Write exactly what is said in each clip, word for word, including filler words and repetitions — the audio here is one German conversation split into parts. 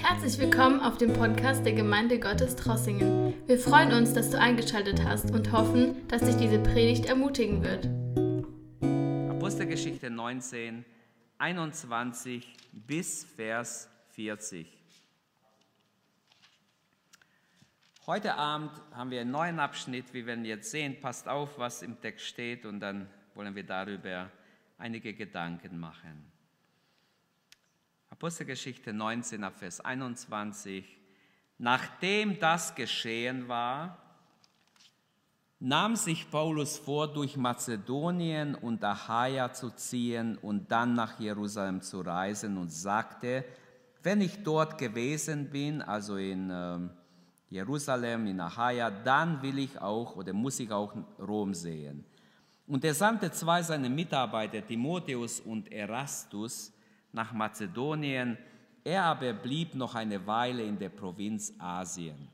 Herzlich willkommen auf dem Podcast der Gemeinde Gottes Trossingen. Wir freuen uns, dass du eingeschaltet hast und hoffen, dass dich diese Predigt ermutigen wird. Apostelgeschichte neunzehn, einundzwanzig bis Vers vierzig. Heute Abend haben wir einen neuen Abschnitt, wie wir jetzt sehen. Passt auf, was im Text steht, und dann wollen wir darüber einige Gedanken machen. Apostelgeschichte neunzehn, ab Vers einundzwanzig. Nachdem das geschehen war, nahm sich Paulus vor, durch Mazedonien und Achaia zu ziehen und dann nach Jerusalem zu reisen, und sagte, wenn ich dort gewesen bin, also in äh, Jerusalem, in Achaia, dann will ich auch oder muss ich auch Rom sehen. Und er sandte zwei seiner Mitarbeiter, Timotheus und Erastus, nach Mazedonien. Er aber blieb noch eine Weile in der Provinz Asien.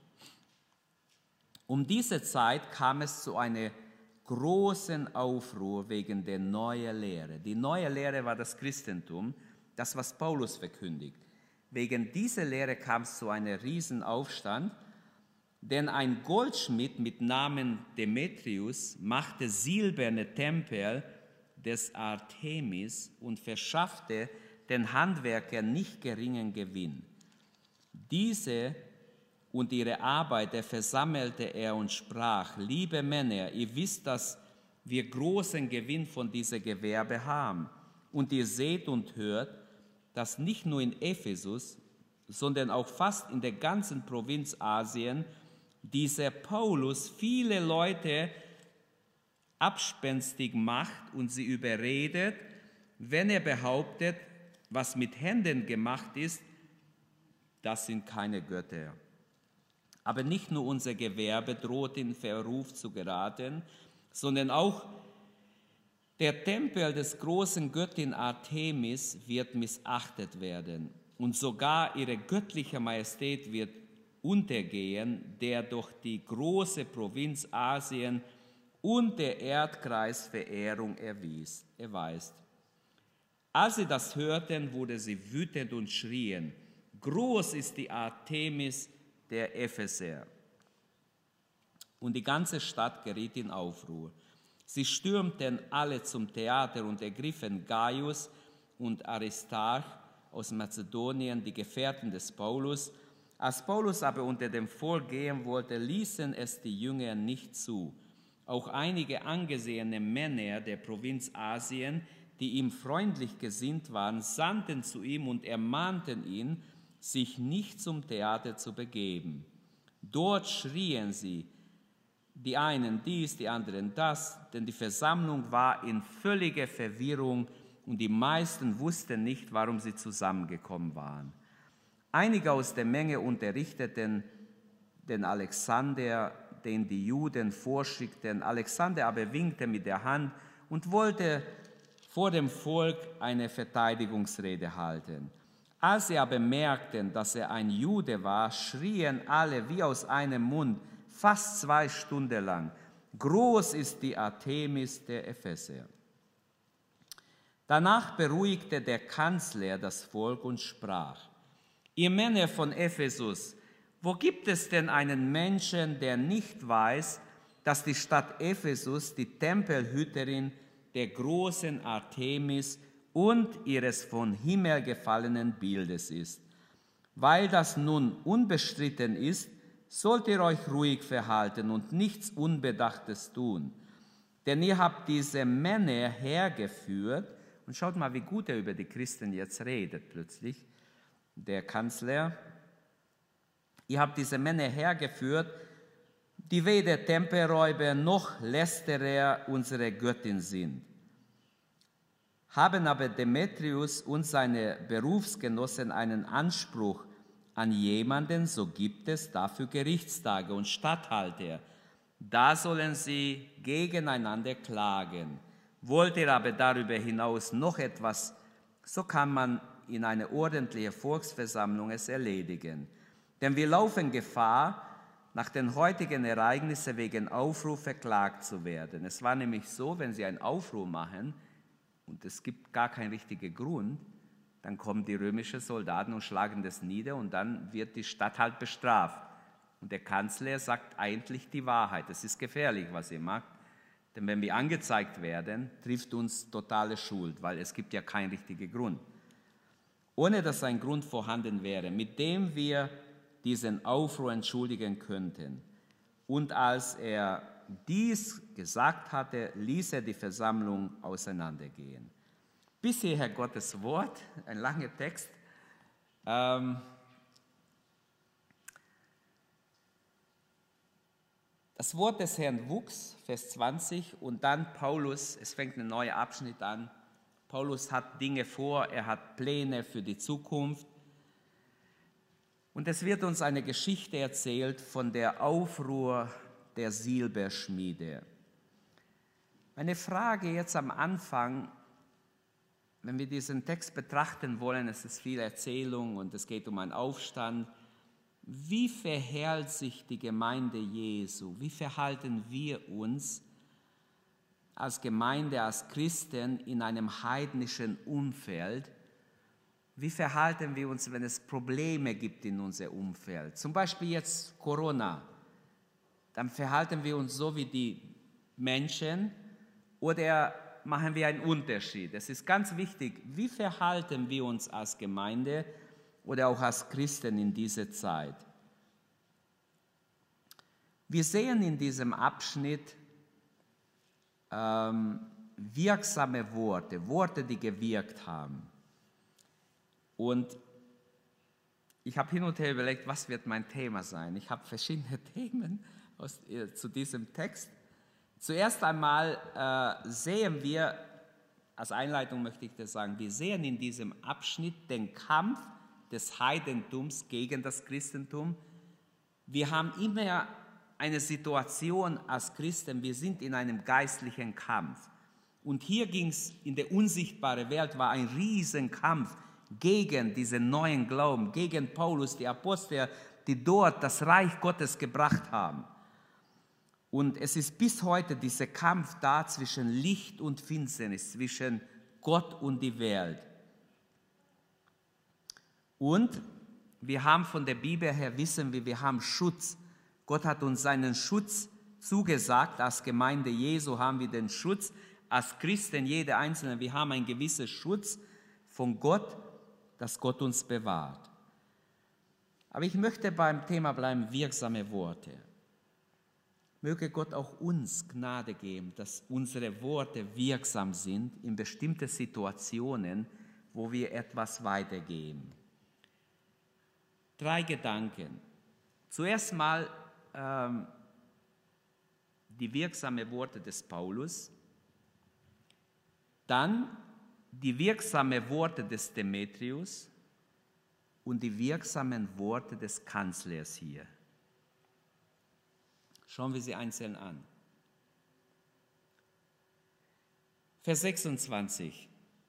Um diese Zeit kam es zu einer großen Aufruhr wegen der neuen Lehre. Die neue Lehre war das Christentum, das, was Paulus verkündigt. Wegen dieser Lehre kam es zu einem Riesenaufstand, denn ein Goldschmied mit Namen Demetrius machte silberne Tempel des Artemis und verschaffte den Handwerkern nicht geringen Gewinn. Diese und ihre Arbeiter versammelte er und sprach, liebe Männer, ihr wisst, dass wir großen Gewinn von diesem Gewerbe haben. Und ihr seht und hört, dass nicht nur in Ephesus, sondern auch fast in der ganzen Provinz Asien dieser Paulus viele Leute abspenstig macht und sie überredet, wenn er behauptet, was mit Händen gemacht ist, das sind keine Götter. Aber nicht nur unser Gewerbe droht in Verruf zu geraten, sondern auch der Tempel des großen Göttin Artemis wird missachtet werden. Und sogar ihre göttliche Majestät wird untergehen, der durch die große Provinz Asien und der Erdkreis Verehrung erwies, erweist. Als sie das hörten, wurden sie wütend und schrien, groß ist die Artemis der Epheser. Und die ganze Stadt geriet in Aufruhr. Sie stürmten alle zum Theater und ergriffen Gaius und Aristarch aus Mazedonien, die Gefährten des Paulus. Als Paulus aber unter dem Volk gehen wollte, ließen es die Jünger nicht zu. Auch einige angesehene Männer der Provinz Asien, die ihm freundlich gesinnt waren, sandten zu ihm und ermahnten ihn, sich nicht zum Theater zu begeben. Dort schrien sie, die einen dies, die anderen das, denn die Versammlung war in völliger Verwirrung und die meisten wussten nicht, warum sie zusammengekommen waren. Einige aus der Menge unterrichteten den Alexander, den die Juden vorschickten. Alexander aber winkte mit der Hand und wollte vor dem Volk eine Verteidigungsrede halten. Als sie aber merkten, dass er ein Jude war, schrien alle wie aus einem Mund, fast zwei Stunden lang, groß ist die Artemis der Epheser. Danach beruhigte der Kanzler das Volk und sprach, ihr Männer von Ephesus, wo gibt es denn einen Menschen, der nicht weiß, dass die Stadt Ephesus die Tempelhüterin der großen Artemis und ihres von Himmel gefallenen Bildes ist? Weil das nun unbestritten ist, sollt ihr euch ruhig verhalten und nichts Unbedachtes tun. Denn ihr habt diese Männer hergeführt, und schaut mal, wie gut er über die Christen jetzt redet plötzlich, der Kanzler. Ihr habt diese Männer hergeführt, die weder Tempelräuber noch Lästerer unserer Göttin sind. Haben aber Demetrius und seine Berufsgenossen einen Anspruch an jemanden, so gibt es dafür Gerichtstage und Statthalter. Da sollen sie gegeneinander klagen. Wollt ihr aber darüber hinaus noch etwas, so kann man in einer ordentlichen Volksversammlung es erledigen. Denn wir laufen Gefahr, nach den heutigen Ereignissen wegen Aufruhr verklagt zu werden. Es war nämlich so, wenn sie einen Aufruhr machen und es gibt gar keinen richtigen Grund, dann kommen die römischen Soldaten und schlagen das nieder und dann wird die Stadt halt bestraft. Und der Kanzler sagt eigentlich die Wahrheit. Es ist gefährlich, was ihr macht, denn wenn wir angezeigt werden, trifft uns totale Schuld, weil es gibt ja keinen richtigen Grund. Ohne dass ein Grund vorhanden wäre, mit dem wir diesen Aufruhr entschuldigen könnten. Und als er dies gesagt hatte, ließ er die Versammlung auseinandergehen. Bis hierher Gottes Wort, ein langer Text. Ähm, das Wort des Herrn wuchs, Vers zwanzig, und dann Paulus, es fängt ein neuer Abschnitt an. Paulus hat Dinge vor, er hat Pläne für die Zukunft. Und es wird uns eine Geschichte erzählt von der Aufruhr der Silberschmiede. Meine Frage jetzt am Anfang, wenn wir diesen Text betrachten wollen, es ist viel Erzählung und es geht um einen Aufstand. Wie verhält sich die Gemeinde Jesu? Wie verhalten wir uns als Gemeinde, als Christen in einem heidnischen Umfeld? Wie verhalten wir uns, wenn es Probleme gibt in unserem Umfeld? Zum Beispiel jetzt Corona. Dann verhalten wir uns so wie die Menschen oder machen wir einen Unterschied? Es ist ganz wichtig, wie verhalten wir uns als Gemeinde oder auch als Christen in dieser Zeit? Wir sehen in diesem Abschnitt ähm, wirksame Worte, Worte, die gewirkt haben. Und ich habe hin und her überlegt, was wird mein Thema sein. Ich habe verschiedene Themen aus, äh, zu diesem Text. Zuerst einmal äh, sehen wir, als Einleitung möchte ich das sagen, wir sehen in diesem Abschnitt den Kampf des Heidentums gegen das Christentum. Wir haben immer eine Situation als Christen, wir sind in einem geistlichen Kampf. Und hier ging es in der unsichtbaren Welt, war ein Riesenkampf gegen diesen neuen Glauben, gegen Paulus, die Apostel, die dort das Reich Gottes gebracht haben. Und es ist bis heute dieser Kampf da zwischen Licht und Finsternis, zwischen Gott und die Welt. Und wir haben von der Bibel her, wissen wir, wir haben Schutz. Gott hat uns seinen Schutz zugesagt. Als Gemeinde Jesu haben wir den Schutz. Als Christen, jeder Einzelne, wir haben einen gewissen Schutz von Gott, dass Gott uns bewahrt. Aber ich möchte beim Thema bleiben, wirksame Worte. Möge Gott auch uns Gnade geben, dass unsere Worte wirksam sind in bestimmten Situationen, wo wir etwas weitergeben. Drei Gedanken. Zuerst mal ähm, die wirksamen Worte des Paulus, dann die wirksamen Worte des Demetrius und die wirksamen Worte des Kanzlers hier. Schauen wir sie einzeln an. Vers sechsundzwanzig.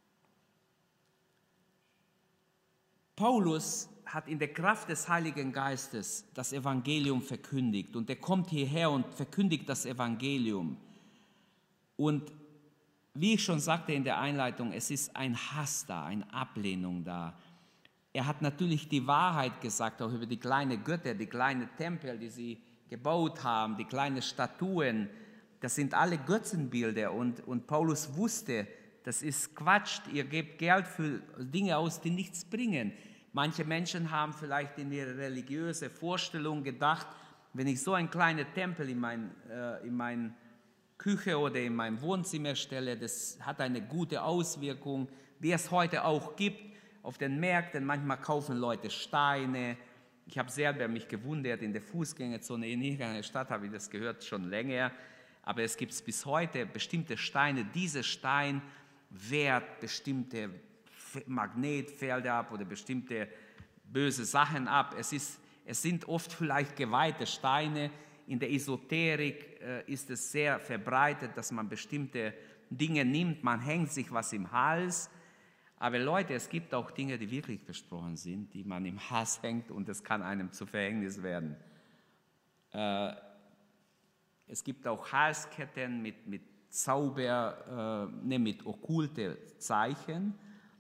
Paulus hat in der Kraft des Heiligen Geistes das Evangelium verkündigt und er kommt hierher und verkündigt das Evangelium. Und wie ich schon sagte in der Einleitung, es ist ein Hass da, eine Ablehnung da. Er hat natürlich die Wahrheit gesagt, auch über die kleinen Götter, die kleinen Tempel, die sie gebaut haben, die kleinen Statuen. Das sind alle Götzenbilder und, und Paulus wusste, das ist Quatsch, ihr gebt Geld für Dinge aus, die nichts bringen. Manche Menschen haben vielleicht in ihrer religiösen Vorstellung gedacht, wenn ich so einen kleinen Tempel in mein, äh, in mein Küche oder in meinem Wohnzimmer stelle, das hat eine gute Auswirkung, wie es heute auch gibt auf den Märkten. Manchmal kaufen Leute Steine. Ich habe selber mich gewundert, in der Fußgängerzone in irgendeiner Stadt habe ich das gehört, schon länger. Aber es gibt bis heute bestimmte Steine. Dieser Stein wehrt bestimmte Magnetfelder ab oder bestimmte böse Sachen ab. Es, ist, es sind oft vielleicht geweihte Steine. In der Esoterik äh, ist es sehr verbreitet, dass man bestimmte Dinge nimmt. Man hängt sich was im Hals. Aber Leute, es gibt auch Dinge, die wirklich versprochen sind, die man im Hals hängt und es kann einem zu Verhängnis werden. Äh, es gibt auch Halsketten mit, mit Zauber, äh, ne, mit okkulte Zeichen,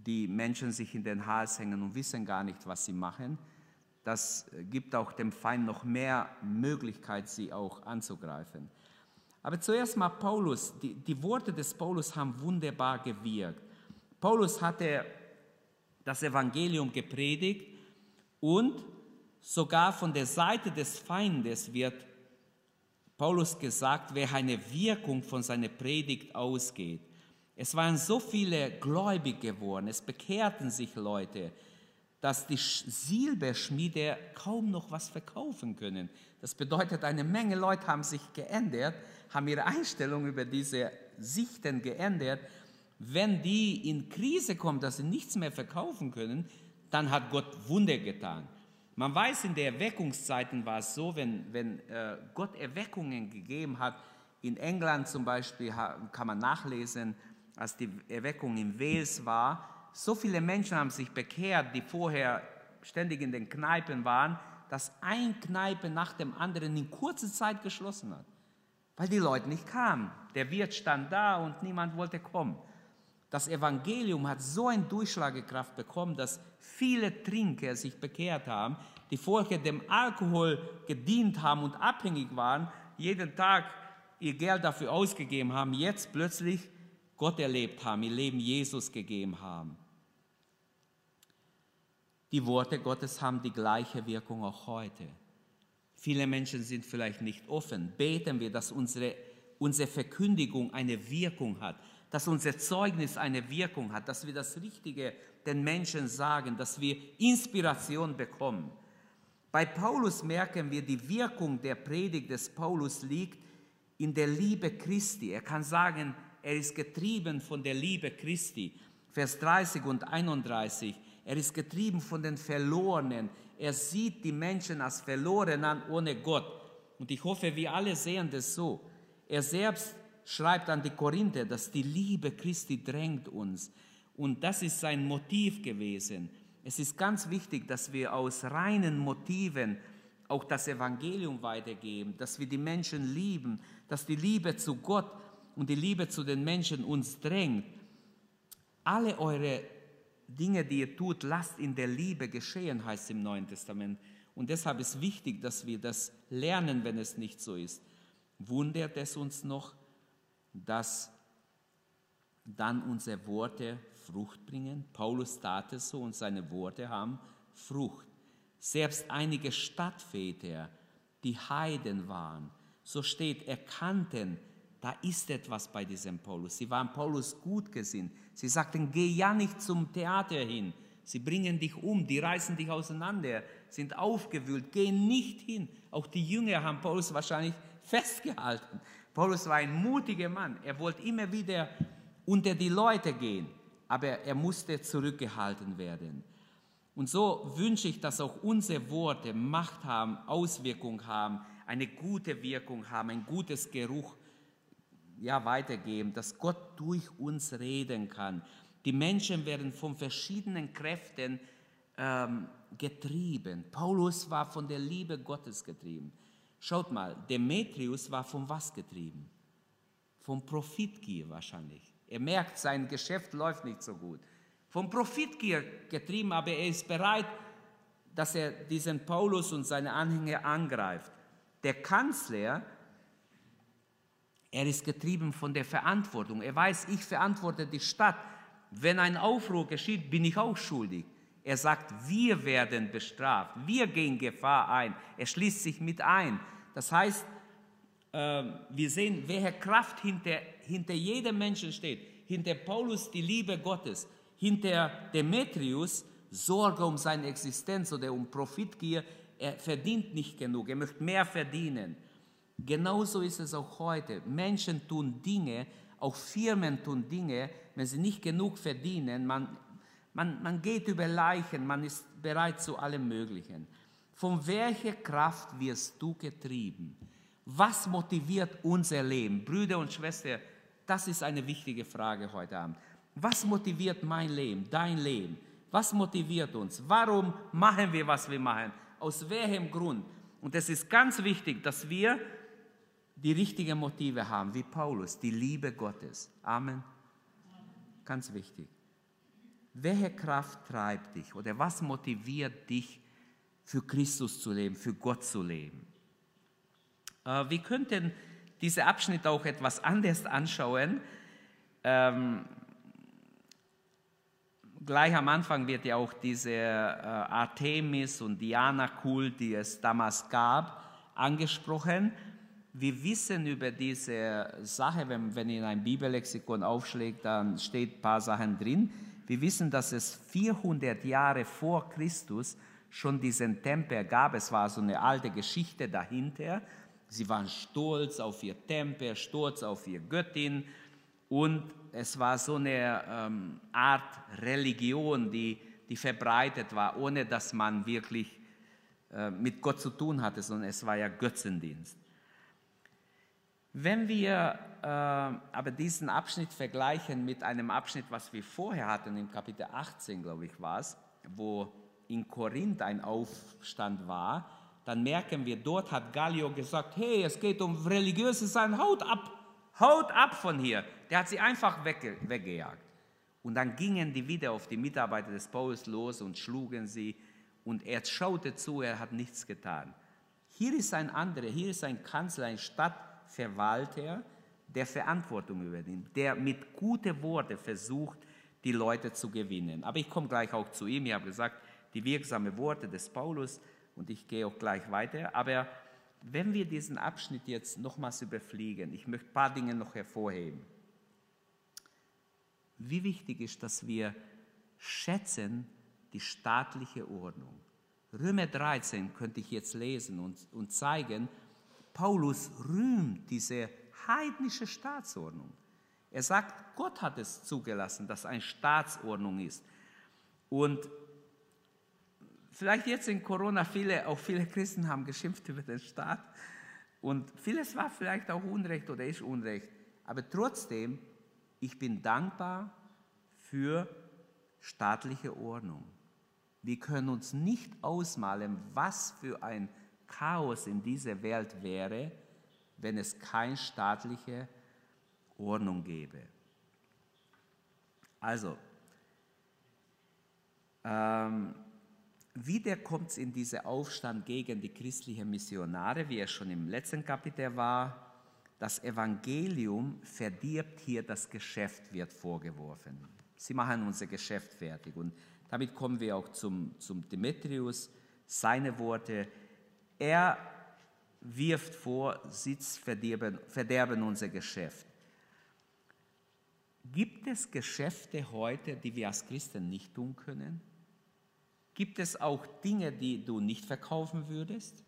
die Menschen sich in den Hals hängen und wissen gar nicht, was sie machen. Das gibt auch dem Feind noch mehr Möglichkeit, sie auch anzugreifen. Aber zuerst mal Paulus. Die, die Worte des Paulus haben wunderbar gewirkt. Paulus hatte das Evangelium gepredigt und sogar von der Seite des Feindes wird Paulus gesagt, wer eine Wirkung von seiner Predigt ausgeht. Es waren so viele gläubig geworden, es bekehrten sich Leute, dass die Silberschmiede kaum noch was verkaufen können. Das bedeutet, eine Menge Leute haben sich geändert, haben ihre Einstellung über diese Sichten geändert. Wenn die in Krise kommen, dass sie nichts mehr verkaufen können, dann hat Gott Wunder getan. Man weiß, in der Erweckungszeiten war es so, wenn, wenn äh, Gott Erweckungen gegeben hat, in England zum Beispiel kann man nachlesen, als die Erweckung in Wales war, so viele Menschen haben sich bekehrt, die vorher ständig in den Kneipen waren, dass eine Kneipe nach dem anderen in kurzer Zeit geschlossen hat, weil die Leute nicht kamen. Der Wirt stand da und niemand wollte kommen. Das Evangelium hat so eine Durchschlagekraft bekommen, dass viele Trinker sich bekehrt haben, die vorher dem Alkohol gedient haben und abhängig waren, jeden Tag ihr Geld dafür ausgegeben haben, jetzt plötzlich Gott erlebt haben, ihr Leben Jesus gegeben haben. Die Worte Gottes haben die gleiche Wirkung auch heute. Viele Menschen sind vielleicht nicht offen. Beten wir, dass unsere, unsere Verkündigung eine Wirkung hat, dass unser Zeugnis eine Wirkung hat, dass wir das Richtige den Menschen sagen, dass wir Inspiration bekommen. Bei Paulus merken wir, die Wirkung der Predigt des Paulus liegt in der Liebe Christi. Er kann sagen, er ist getrieben von der Liebe Christi. Vers dreißig und einunddreißig. Er ist getrieben von den Verlorenen. Er sieht die Menschen als verloren an ohne Gott. Und ich hoffe, wir alle sehen das so. Er selbst schreibt an die Korinther, dass die Liebe Christi drängt uns. Und das ist sein Motiv gewesen. Es ist ganz wichtig, dass wir aus reinen Motiven auch das Evangelium weitergeben, dass wir die Menschen lieben, dass die Liebe zu Gott und die Liebe zu den Menschen uns drängt. Alle eure Dinge, die ihr tut, lasst in der Liebe geschehen, heißt es im Neuen Testament. Und deshalb ist wichtig, dass wir das lernen, wenn es nicht so ist. Wundert es uns noch, dass dann unsere Worte Frucht bringen? Paulus tat es so und seine Worte haben Frucht. Selbst einige Stadtväter, die Heiden waren, so steht, erkannten, da ist etwas bei diesem Paulus. Sie waren Paulus gut gesinnt. Sie sagten, geh ja nicht zum Theater hin. Sie bringen dich um, die reißen dich auseinander, sind aufgewühlt, gehen nicht hin. Auch die Jünger haben Paulus wahrscheinlich festgehalten. Paulus war ein mutiger Mann. Er wollte immer wieder unter die Leute gehen, aber er musste zurückgehalten werden. Und so wünsche ich, dass auch unsere Worte Macht haben, Auswirkung haben, eine gute Wirkung haben, ein gutes Geruch ja, weitergeben, dass Gott durch uns reden kann. Die Menschen werden von verschiedenen Kräften ähm, getrieben. Paulus war von der Liebe Gottes getrieben. Schaut mal, Demetrius war von was getrieben? Von Profitgier wahrscheinlich. Er merkt, sein Geschäft läuft nicht so gut. Von Profitgier getrieben, aber er ist bereit, dass er diesen Paulus und seine Anhänger angreift. Der Kanzler, er ist getrieben von der Verantwortung. Er weiß, ich verantworte die Stadt. Wenn ein Aufruhr geschieht, bin ich auch schuldig. Er sagt, wir werden bestraft. Wir gehen Gefahr ein. Er schließt sich mit ein. Das heißt, äh, wir sehen, welche Kraft hinter, hinter jedem Menschen steht. Hinter Paulus die Liebe Gottes. Hinter Demetrius Sorge um seine Existenz oder um Profitgier. Er verdient nicht genug. Er möchte mehr verdienen. Genauso ist es auch heute. Menschen tun Dinge, auch Firmen tun Dinge, wenn sie nicht genug verdienen. Man, man, man geht über Leichen, man ist bereit zu allem Möglichen. Von welcher Kraft wirst du getrieben? Was motiviert unser Leben? Brüder und Schwestern, das ist eine wichtige Frage heute Abend. Was motiviert mein Leben, dein Leben? Was motiviert uns? Warum machen wir, was wir machen? Aus welchem Grund? Und es ist ganz wichtig, dass wir die richtigen Motive haben, wie Paulus, die Liebe Gottes. Amen. Ganz wichtig. welche Kraft treibt dich oder was motiviert dich, für Christus zu leben, für Gott zu leben? Äh, wir könnten diesen Abschnitt auch etwas anders anschauen. Ähm, gleich am Anfang wird ja auch diese äh, Artemis- und Diana-Kult, die es damals gab, angesprochen. Wir wissen über diese Sache, wenn, wenn ihr ein Bibellexikon aufschlägt, dann steht ein paar Sachen drin. Wir wissen, dass es vierhundert Jahre vor Christus schon diesen Tempel gab. Es war so eine alte Geschichte dahinter. Sie waren stolz auf ihr Tempel, stolz auf ihre Göttin. Und es war so eine ähm, Art Religion, die, die verbreitet war, ohne dass man wirklich äh, mit Gott zu tun hatte, sondern es war ja Götzendienst. Wenn wir äh, aber diesen Abschnitt vergleichen mit einem Abschnitt, was wir vorher hatten, im Kapitel achtzehn, glaube ich, war es, wo in Korinth ein Aufstand war, dann merken wir, dort hat Gallio gesagt, hey, es geht um religiöses Sein, haut ab, haut ab von hier. Der hat sie einfach wegge weggejagt. Und dann gingen die wieder auf die Mitarbeiter des Paulus los und schlugen sie. Und er schaute zu, er hat nichts getan. Hier ist ein anderer, hier ist ein Kanzler, ein Stadtverwalter, der Verantwortung übernimmt, der mit guten Worten versucht, die Leute zu gewinnen. Aber ich komme gleich auch zu ihm. Ich habe gesagt, die wirksamen Worte des Paulus, und ich gehe auch gleich weiter. Aber wenn wir diesen Abschnitt jetzt nochmals überfliegen, ich möchte ein paar Dinge noch hervorheben. Wie wichtig ist, dass wir schätzen die staatliche Ordnung. Römer dreizehn könnte ich jetzt lesen und, und zeigen, Paulus rühmt diese heidnische Staatsordnung. Er sagt, Gott hat es zugelassen, dass eine Staatsordnung ist. Und vielleicht jetzt in Corona, viele, auch viele Christen haben geschimpft über den Staat. Und vieles war vielleicht auch Unrecht oder ist Unrecht. Aber trotzdem, ich bin dankbar für staatliche Ordnung. Wir können uns nicht ausmalen, was für ein Chaos in dieser Welt wäre, wenn es keine staatliche Ordnung gäbe. Also, ähm, wieder kommt es in diesen Aufstand gegen die christlichen Missionare, wie es schon im letzten Kapitel war. Das Evangelium verdirbt hier das Geschäft, wird vorgeworfen. Sie machen unser Geschäft fertig. Und damit kommen wir auch zum, zum Demetrius, seine Worte. Er wirft vor, sie verderben, verderben unser Geschäft. Gibt es Geschäfte heute, die wir als Christen nicht tun können? Gibt es auch Dinge, die du nicht verkaufen würdest?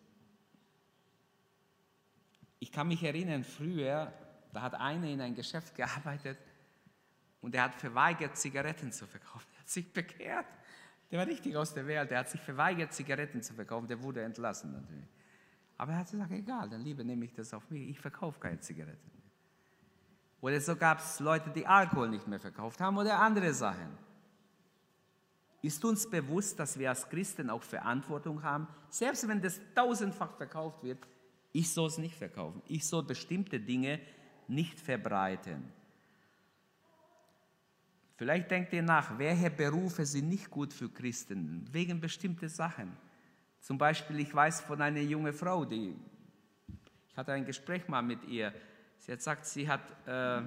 Ich kann mich erinnern, früher, da hat einer in ein Geschäft gearbeitet und er hat verweigert, Zigaretten zu verkaufen. Er hat sich bekehrt. Der war richtig aus der Welt. Der hat sich verweigert, Zigaretten zu verkaufen. Der wurde entlassen natürlich. Aber er hat gesagt, egal, dann lieber nehme ich das auf mich. Ich verkaufe keine Zigaretten mehr. Oder so gab es Leute, die Alkohol nicht mehr verkauft haben oder andere Sachen. Ist uns bewusst, dass wir als Christen auch Verantwortung haben? Selbst wenn das tausendfach verkauft wird, ich soll es nicht verkaufen. Ich soll bestimmte Dinge nicht verbreiten. Vielleicht denkt ihr nach, welche Berufe sind nicht gut für Christen, wegen bestimmter Sachen. Zum Beispiel, ich weiß von einer jungen Frau, die, ich hatte ein Gespräch mal mit ihr, sie hat gesagt, sie hat, äh,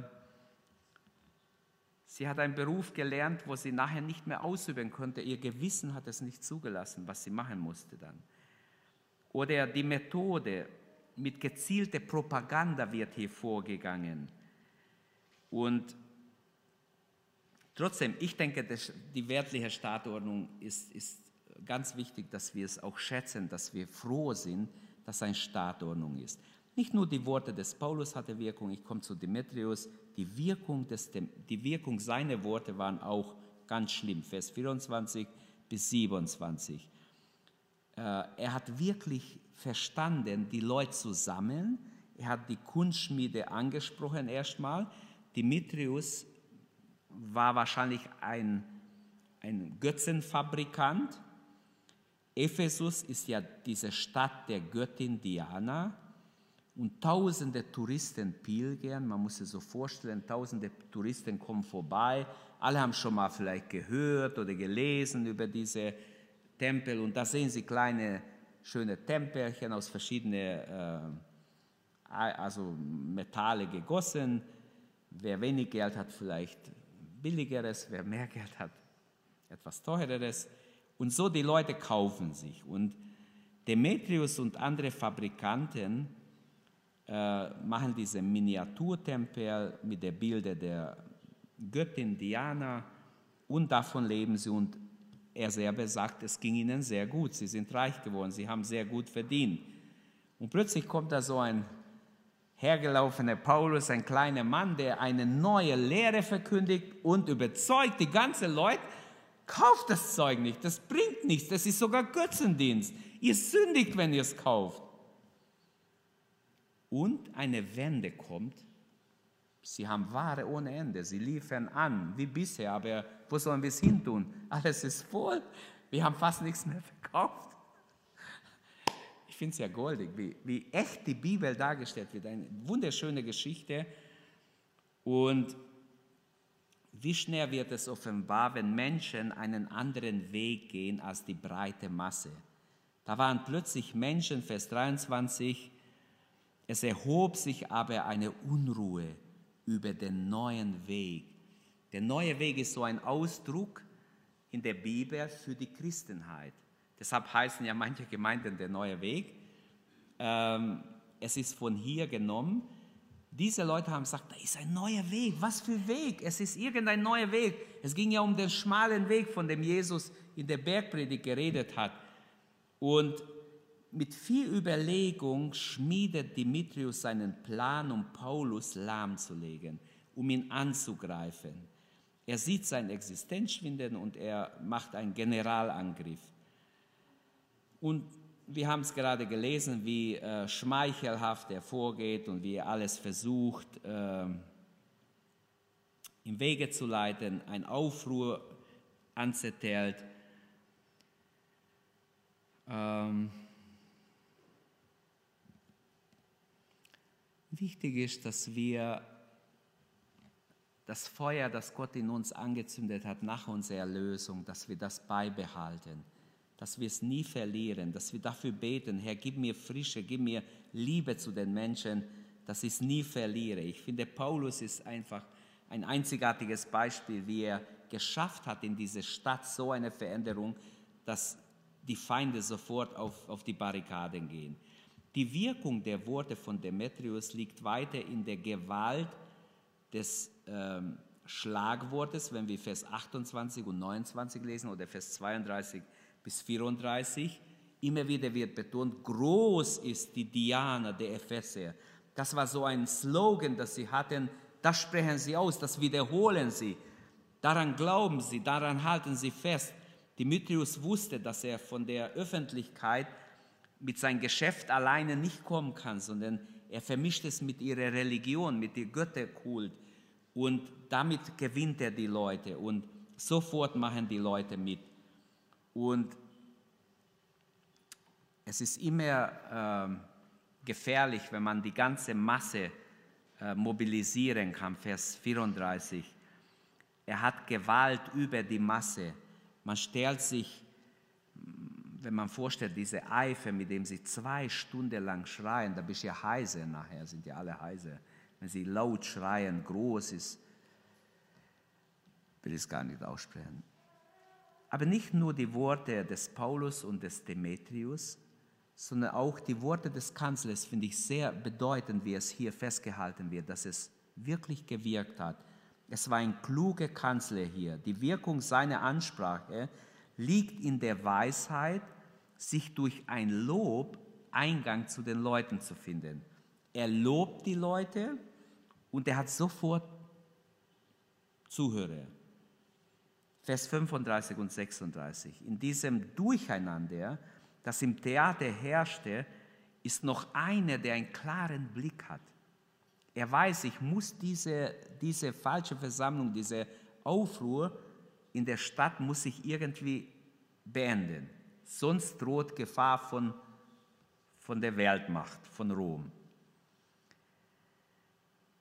sie hat einen Beruf gelernt, wo sie nachher nicht mehr ausüben konnte. Ihr Gewissen hat es nicht zugelassen, was sie machen musste dann. Oder die Methode, mit gezielter Propaganda wird hier vorgegangen. Und trotzdem, ich denke, die weltliche Staatsordnung ist, ist ganz wichtig, dass wir es auch schätzen, dass wir froh sind, dass eine Staatsordnung ist. Nicht nur die Worte des Paulus hatten Wirkung, ich komme zu Demetrius, die Wirkung, des, die Wirkung seiner Worte waren auch ganz schlimm. Vers vierundzwanzig bis siebenundzwanzig. Er hat wirklich verstanden, die Leute zu sammeln. Er hat die Kunstschmiede angesprochen erstmal. Demetrius war wahrscheinlich ein, ein Götzenfabrikant. Ephesus ist ja diese Stadt der Göttin Diana. und tausende Touristen pilgern. Man muss sich so vorstellen, tausende Touristen kommen vorbei. Alle haben schon mal vielleicht gehört oder gelesen über diese Tempel. Und da sehen sie kleine, schöne Tempelchen aus verschiedenen äh, also Metalle gegossen. Wer wenig Geld hat, vielleicht billigeres. Wer mehr Geld hat, etwas teureres. Und so die Leute kaufen sich. Und Demetrius und andere Fabrikanten äh, machen diese Miniaturtempel mit den Bildern der Göttin Diana und davon leben sie. Und er selber sagt, es ging ihnen sehr gut. Sie sind reich geworden, sie haben sehr gut verdient. Und plötzlich kommt da so ein hergelaufener Paulus, ein kleiner Mann, der eine neue Lehre verkündigt und überzeugt die ganzen Leute, kauft das Zeug nicht, das bringt nichts, das ist sogar Götzendienst. Ihr sündigt, wenn ihr es kauft. Und eine Wende kommt. Sie haben Ware ohne Ende, sie liefern an, wie bisher, aber wo sollen wir es hin tun? Alles ist voll, wir haben fast nichts mehr verkauft. Ich finde es ja goldig, wie, wie echt die Bibel dargestellt wird, eine wunderschöne Geschichte. Und wie schnell wird es offenbar, wenn Menschen einen anderen Weg gehen als die breite Masse. Da waren plötzlich Menschen, Vers dreiundzwanzig, es erhob sich aber eine Unruhe über den neuen Weg. Der neue Weg ist so ein Ausdruck in der Bibel für die Christenheit. Deshalb heißen ja manche Gemeinden der neue Weg. Ähm, es ist von hier genommen. Diese Leute haben gesagt, da ist ein neuer Weg. Was für Weg? Es ist irgendein neuer Weg. Es ging ja um den schmalen Weg, von dem Jesus in der Bergpredigt geredet hat. Und mit viel Überlegung schmiedet Demetrius seinen Plan, um Paulus lahmzulegen, um ihn anzugreifen. Er sieht seine Existenz schwinden und er macht einen Generalangriff. Und wir haben es gerade gelesen, wie äh, schmeichelhaft er vorgeht und wie er alles versucht, äh, im Wege zu leiten, ein Aufruhr anzettelt. Ähm, wichtig ist, dass wir das Feuer, das Gott in uns angezündet hat nach unserer Erlösung, dass wir das beibehalten. Dass wir es nie verlieren, dass wir dafür beten, Herr, gib mir Frische, gib mir Liebe zu den Menschen, dass ich es nie verliere. Ich finde, Paulus ist einfach ein einzigartiges Beispiel, wie er geschafft hat in dieser Stadt so eine Veränderung, dass die Feinde sofort auf, auf die Barrikaden gehen. Die Wirkung der Worte von Demetrius liegt weiter in der Gewalt des ähm, Schlagwortes, wenn wir Vers achtundzwanzig und neunundzwanzig lesen oder Vers zweiunddreißig bis vierunddreißig, immer wieder wird betont, groß ist die Diana der Epheser. Das war so ein Slogan, das sie hatten, das sprechen sie aus, das wiederholen sie, daran glauben sie, daran halten sie fest. Demetrius wusste, dass er von der Öffentlichkeit mit seinem Geschäft alleine nicht kommen kann, sondern er vermischt es mit ihrer Religion, mit dem Götterkult und damit gewinnt er die Leute und sofort machen die Leute mit. Und es ist immer äh, gefährlich, wenn man die ganze Masse äh, mobilisieren kann. Vers vierunddreißig. Er hat Gewalt über die Masse. Man stellt sich, wenn man vorstellt, diese Eifer, mit dem sie zwei Stunden lang schreien, da bist du ja heiser nachher, sind ja alle heiser. Wenn sie laut schreien, groß ist, will ich es gar nicht aussprechen. Aber nicht nur die Worte des Paulus und des Demetrius, sondern auch die Worte des Kanzlers finde ich sehr bedeutend, wie es hier festgehalten wird, dass es wirklich gewirkt hat. Es war ein kluger Kanzler hier. Die Wirkung seiner Ansprache liegt in der Weisheit, sich durch ein Lob Eingang zu den Leuten zu finden. Er lobt die Leute und er hat sofort Zuhörer. Vers fünfunddreißig und sechsunddreißig. In diesem Durcheinander, das im Theater herrschte, ist noch einer, der einen klaren Blick hat. Er weiß, ich muss diese, diese falsche Versammlung, diese Aufruhr in der Stadt muss ich irgendwie beenden. Sonst droht Gefahr von, von der Weltmacht, von Rom.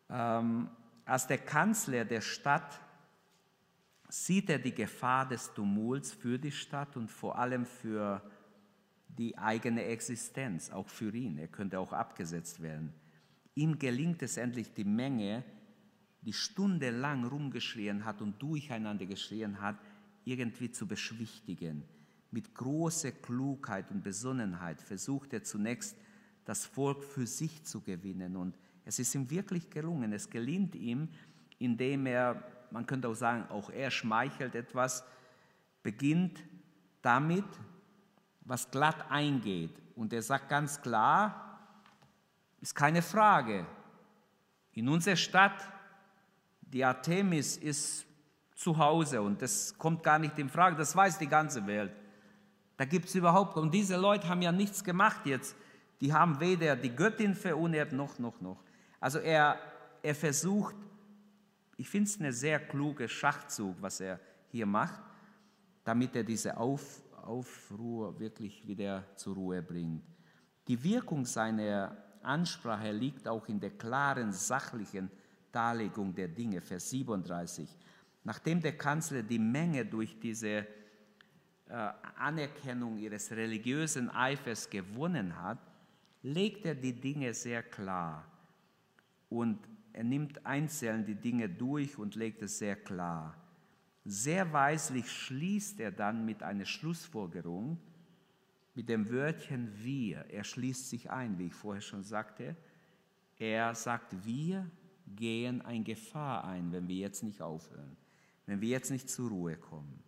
Ähm, als der Kanzler der Stadt sieht er die Gefahr des Tumults für die Stadt und vor allem für die eigene Existenz, auch für ihn. Er könnte auch abgesetzt werden. Ihm gelingt es endlich, die Menge, die stundenlang rumgeschrien hat und durcheinander geschrien hat, irgendwie zu beschwichtigen. Mit großer Klugheit und Besonnenheit versucht er zunächst, das Volk für sich zu gewinnen. Und es ist ihm wirklich gelungen. Es gelingt ihm, indem er, man könnte auch sagen, auch er schmeichelt etwas, beginnt damit, was glatt eingeht. Und er sagt ganz klar, ist keine Frage. In unserer Stadt, die Artemis ist zu Hause und das kommt gar nicht in Frage, das weiß die ganze Welt. Da gibt es überhaupt, und diese Leute haben ja nichts gemacht jetzt. Die haben weder die Göttin verunehrt, noch, noch, noch. Also er, er versucht, ich finde es eine sehr kluge Schachzug, was er hier macht, damit er diese Auf, Aufruhr wirklich wieder zur Ruhe bringt. Die Wirkung seiner Ansprache liegt auch in der klaren, sachlichen Darlegung der Dinge, Vers siebenunddreißig. Nachdem der Kanzler die Menge durch diese äh, Anerkennung ihres religiösen Eifers gewonnen hat, legt er die Dinge sehr klar und er nimmt einzeln die Dinge durch und legt es sehr klar. Sehr weislich schließt er dann mit einer Schlussfolgerung, mit dem Wörtchen wir. Er schließt sich ein, wie ich vorher schon sagte. Er sagt, wir gehen eine Gefahr ein, wenn wir jetzt nicht aufhören, wenn wir jetzt nicht zur Ruhe kommen.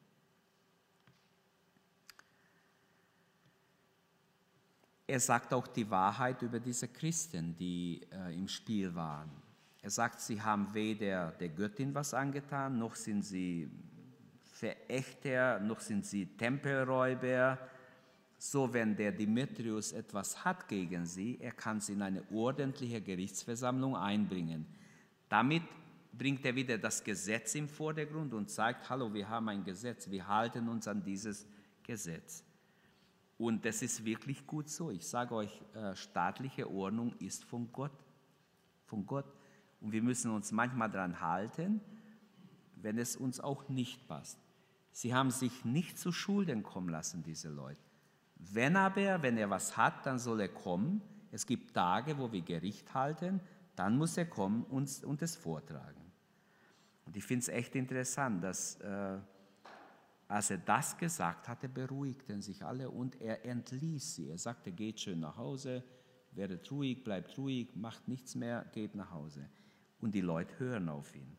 Er sagt auch die Wahrheit über diese Christen, die äh, im Spiel waren. Er sagt, sie haben weder der Göttin was angetan, noch sind sie Verächter, noch sind sie Tempelräuber. So, wenn der Demetrius etwas hat gegen sie, er kann sie in eine ordentliche Gerichtsversammlung einbringen. Damit bringt er wieder das Gesetz im Vordergrund und zeigt, hallo, wir haben ein Gesetz, wir halten uns an dieses Gesetz. Und das ist wirklich gut so. Ich sage euch, äh, staatliche Ordnung ist von Gott. Von Gott. Und wir müssen uns manchmal daran halten, wenn es uns auch nicht passt. Sie haben sich nicht zu Schulden kommen lassen, diese Leute. Wenn aber, wenn er was hat, dann soll er kommen. Es gibt Tage, wo wir Gericht halten, dann muss er kommen und, und es vortragen. Und ich finde es echt interessant, dass äh, als er das gesagt hatte, beruhigten sich alle und er entließ sie. Er sagte, geht schön nach Hause, werdet ruhig, bleibt ruhig, macht nichts mehr, geht nach Hause. Und die Leute hören auf ihn.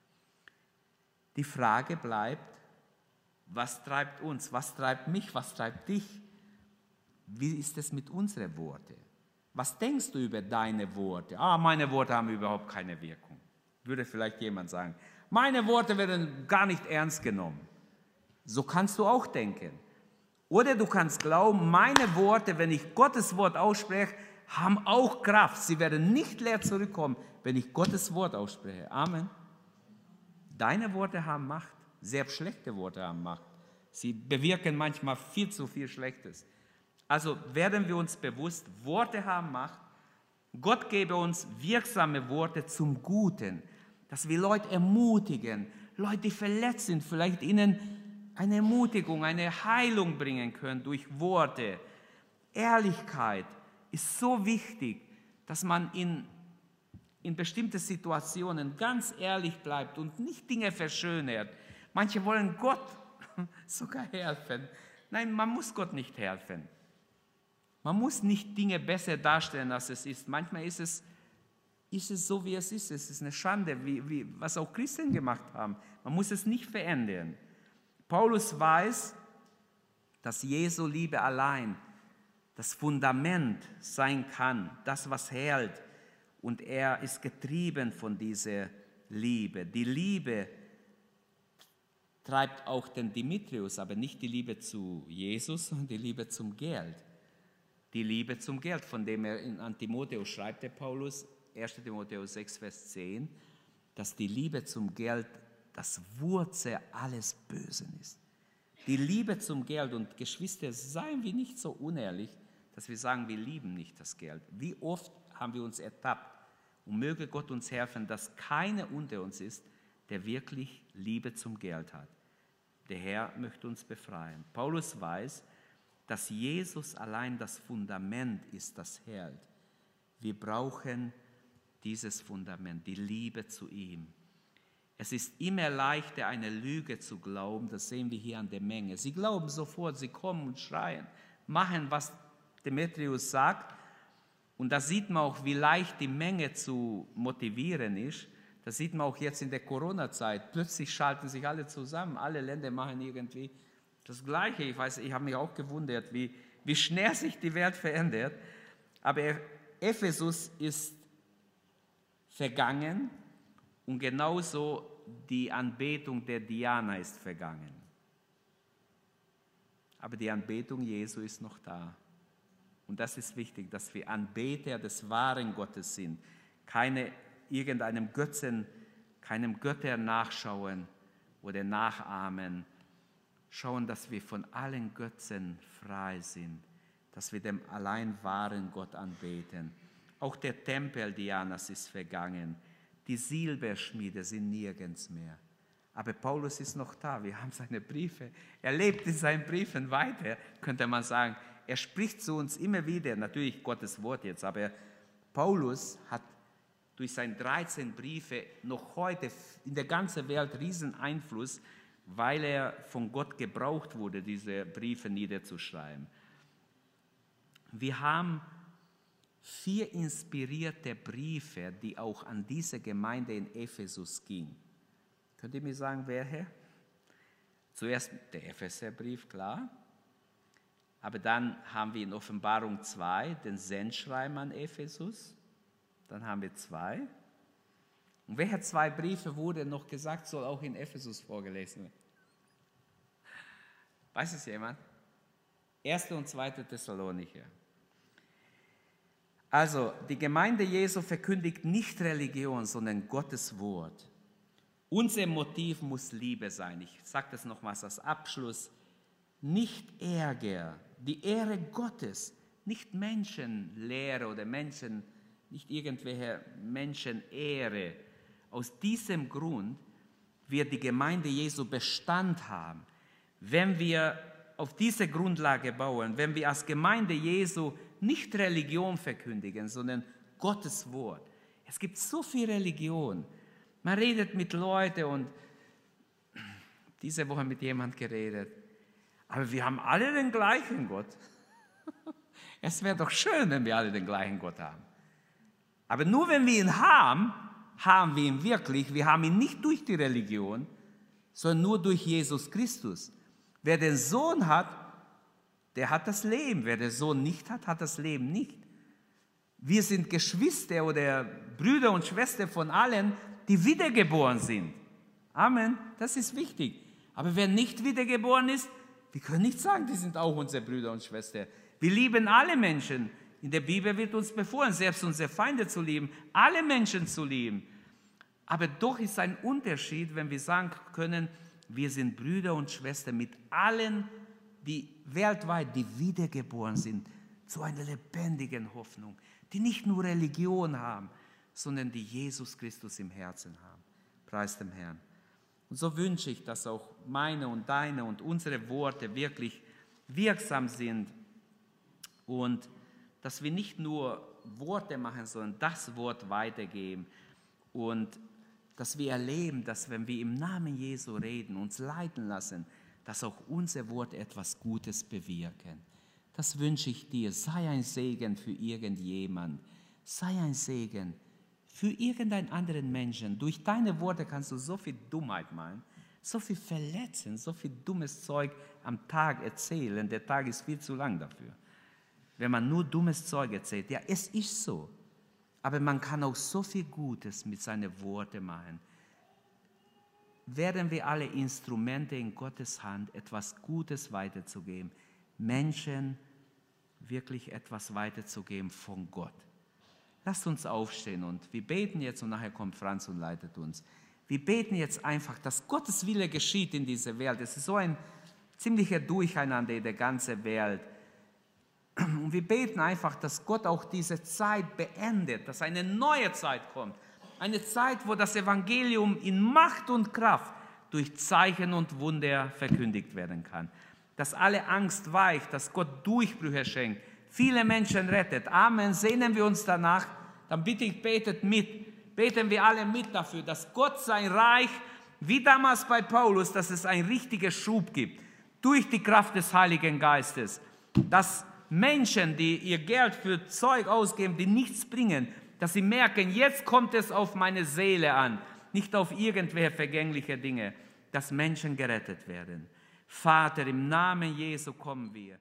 Die Frage bleibt, was treibt uns, was treibt mich, was treibt dich? Wie ist es mit unseren Worten? Was denkst du über deine Worte? Ah, meine Worte haben überhaupt keine Wirkung. Würde vielleicht jemand sagen. Meine Worte werden gar nicht ernst genommen. So kannst du auch denken. Oder du kannst glauben, meine Worte, wenn ich Gottes Wort ausspreche, haben auch Kraft. Sie werden nicht leer zurückkommen, wenn ich Gottes Wort ausspreche. Amen. Deine Worte haben Macht. Selbst schlechte Worte haben Macht. Sie bewirken manchmal viel zu viel Schlechtes. Also werden wir uns bewusst, Worte haben Macht. Gott gebe uns wirksame Worte zum Guten, dass wir Leute ermutigen, Leute, die verletzt sind, vielleicht ihnen eine Ermutigung, eine Heilung bringen können durch Worte. Ehrlichkeit ist so wichtig, dass man in, in bestimmten Situationen ganz ehrlich bleibt und nicht Dinge verschönert. Manche wollen Gott sogar helfen. Nein, man muss Gott nicht helfen. Man muss nicht Dinge besser darstellen, als es ist. Manchmal ist es, ist es so, wie es ist. Es ist eine Schande, wie, wie, was auch Christen gemacht haben. Man muss es nicht verändern. Paulus weiß, dass Jesu Liebe allein das Fundament sein kann, das, was hält. Und er ist getrieben von dieser Liebe. Die Liebe treibt auch den Demetrius, aber nicht die Liebe zu Jesus, sondern die Liebe zum Geld. Die Liebe zum Geld, von dem er in an Timotheus schreibt, der Paulus, erster Timotheus sechs, Vers zehn, dass die Liebe zum Geld das Wurzel alles Bösen ist. Die Liebe zum Geld, und Geschwister, seien wir nicht so unehrlich, dass wir sagen, wir lieben nicht das Geld. Wie oft haben wir uns ertappt, Und möge Gott uns helfen, dass keiner unter uns ist, der wirklich Liebe zum Geld hat. Der Herr möchte uns befreien. Paulus weiß, dass Jesus allein das Fundament ist, das hält. Wir brauchen dieses Fundament, die Liebe zu ihm. Es ist immer leichter, eine Lüge zu glauben, das sehen wir hier an der Menge. Sie glauben sofort, sie kommen und schreien, machen, was Demetrius sagt. Und da sieht man auch, wie leicht die Menge zu motivieren ist. Das sieht man auch jetzt in der Corona-Zeit. Plötzlich schalten sich alle zusammen, alle Länder machen irgendwie das Gleiche. Ich weiß, ich habe mich auch gewundert, wie, wie schnell sich die Welt verändert. Aber Ephesus ist vergangen und genauso die Anbetung der Diana ist vergangen. Aber die Anbetung Jesu ist noch da. Und das ist wichtig, dass wir Anbeter des wahren Gottes sind, keine irgendeinem Götzen, keinem Götter nachschauen oder nachahmen. Schauen, dass wir von allen Götzen frei sind, dass wir dem allein wahren Gott anbeten. Auch der Tempel Dianas ist vergangen. Die Silberschmiede sind nirgends mehr. Aber Paulus ist noch da. Wir haben seine Briefe. Er lebt in seinen Briefen weiter, könnte man sagen. Er spricht zu uns immer wieder, natürlich Gottes Wort jetzt, aber Paulus hat durch seine dreizehn Briefe noch heute in der ganzen Welt riesen Einfluss, weil er von Gott gebraucht wurde, diese Briefe niederzuschreiben. Wir haben vier inspirierte Briefe, die auch an diese Gemeinde in Ephesus gingen. Könnt ihr mir sagen, welche? Zuerst der Epheserbrief, klar. Aber dann haben wir in Offenbarung zwei den Sendschreiben an Ephesus. Dann haben wir zwei. Und welche zwei Briefe wurde noch gesagt, soll auch in Ephesus vorgelesen werden? Weiß es jemand? Erste und zweite Thessalonicher. Also, die Gemeinde Jesu verkündigt nicht Religion, sondern Gottes Wort. Unser Motiv muss Liebe sein. Ich sage das nochmals als Abschluss. Nicht Ärger, die Ehre Gottes, nicht Menschenlehre oder Menschen, nicht irgendwelche Menschenehre. Aus diesem Grund wird die Gemeinde Jesu Bestand haben. Wenn wir auf diese Grundlage bauen, wenn wir als Gemeinde Jesu nicht Religion verkündigen, sondern Gottes Wort. Es gibt so viel Religion. Man redet mit Leuten und diese Woche mit jemandem geredet. Aber wir haben alle den gleichen Gott. Es wäre doch schön, wenn wir alle den gleichen Gott haben. Aber nur wenn wir ihn haben, haben wir ihn wirklich. Wir haben ihn nicht durch die Religion, sondern nur durch Jesus Christus. Wer den Sohn hat, der hat das Leben. Wer den Sohn nicht hat, hat das Leben nicht. Wir sind Geschwister oder Brüder und Schwestern von allen, die wiedergeboren sind. Amen, das ist wichtig. Aber wer nicht wiedergeboren ist, wir können nicht sagen, die sind auch unsere Brüder und Schwestern. Wir lieben alle Menschen. In der Bibel wird uns befohlen, selbst unsere Feinde zu lieben, alle Menschen zu lieben. Aber doch ist ein Unterschied, wenn wir sagen können, wir sind Brüder und Schwestern mit allen, die weltweit, die wiedergeboren sind, zu einer lebendigen Hoffnung, die nicht nur Religion haben, sondern die Jesus Christus im Herzen haben. Preis dem Herrn. Und so wünsche ich, dass auch meine und deine und unsere Worte wirklich wirksam sind und dass wir nicht nur Worte machen, sondern das Wort weitergeben und dass wir erleben, dass wenn wir im Namen Jesu reden, uns leiten lassen, dass auch unser Wort etwas Gutes bewirken. Das wünsche ich dir. Sei ein Segen für irgendjemand. Sei ein Segen für irgendeinen anderen Menschen. Durch deine Worte kannst du so viel Dummheit machen, so viel verletzen, so viel dummes Zeug am Tag erzählen. Der Tag ist viel zu lang dafür. Wenn man nur dummes Zeug erzählt, ja, es ist so. Aber man kann auch so viel Gutes mit seinen Worten machen. Werden wir alle Instrumente in Gottes Hand, etwas Gutes weiterzugeben, Menschen wirklich etwas weiterzugeben von Gott. Lasst uns aufstehen und wir beten jetzt und nachher kommt Franz und leitet uns. Wir beten jetzt einfach, dass Gottes Wille geschieht in dieser Welt. Es ist so ein ziemlicher Durcheinander in der ganzen Welt. Und wir beten einfach, dass Gott auch diese Zeit beendet, dass eine neue Zeit kommt. Eine Zeit, wo das Evangelium in Macht und Kraft durch Zeichen und Wunder verkündigt werden kann. Dass alle Angst weicht, dass Gott Durchbrüche schenkt, viele Menschen rettet. Amen. Sehnen wir uns danach. Dann bitte ich, betet mit. Beten wir alle mit dafür, dass Gott sein Reich, wie damals bei Paulus, dass es einen richtigen Schub gibt, durch die Kraft des Heiligen Geistes. Dass Menschen, die ihr Geld für Zeug ausgeben, die nichts bringen, dass sie merken, jetzt kommt es auf meine Seele an, nicht auf irgendwelche vergängliche Dinge, dass Menschen gerettet werden. Vater, im Namen Jesu kommen wir.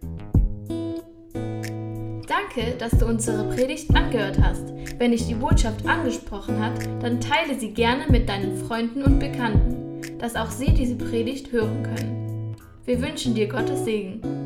Danke, dass du unsere Predigt angehört hast. Wenn dich die Botschaft angesprochen hat, dann teile sie gerne mit deinen Freunden und Bekannten, dass auch sie diese Predigt hören können. Wir wünschen dir Gottes Segen.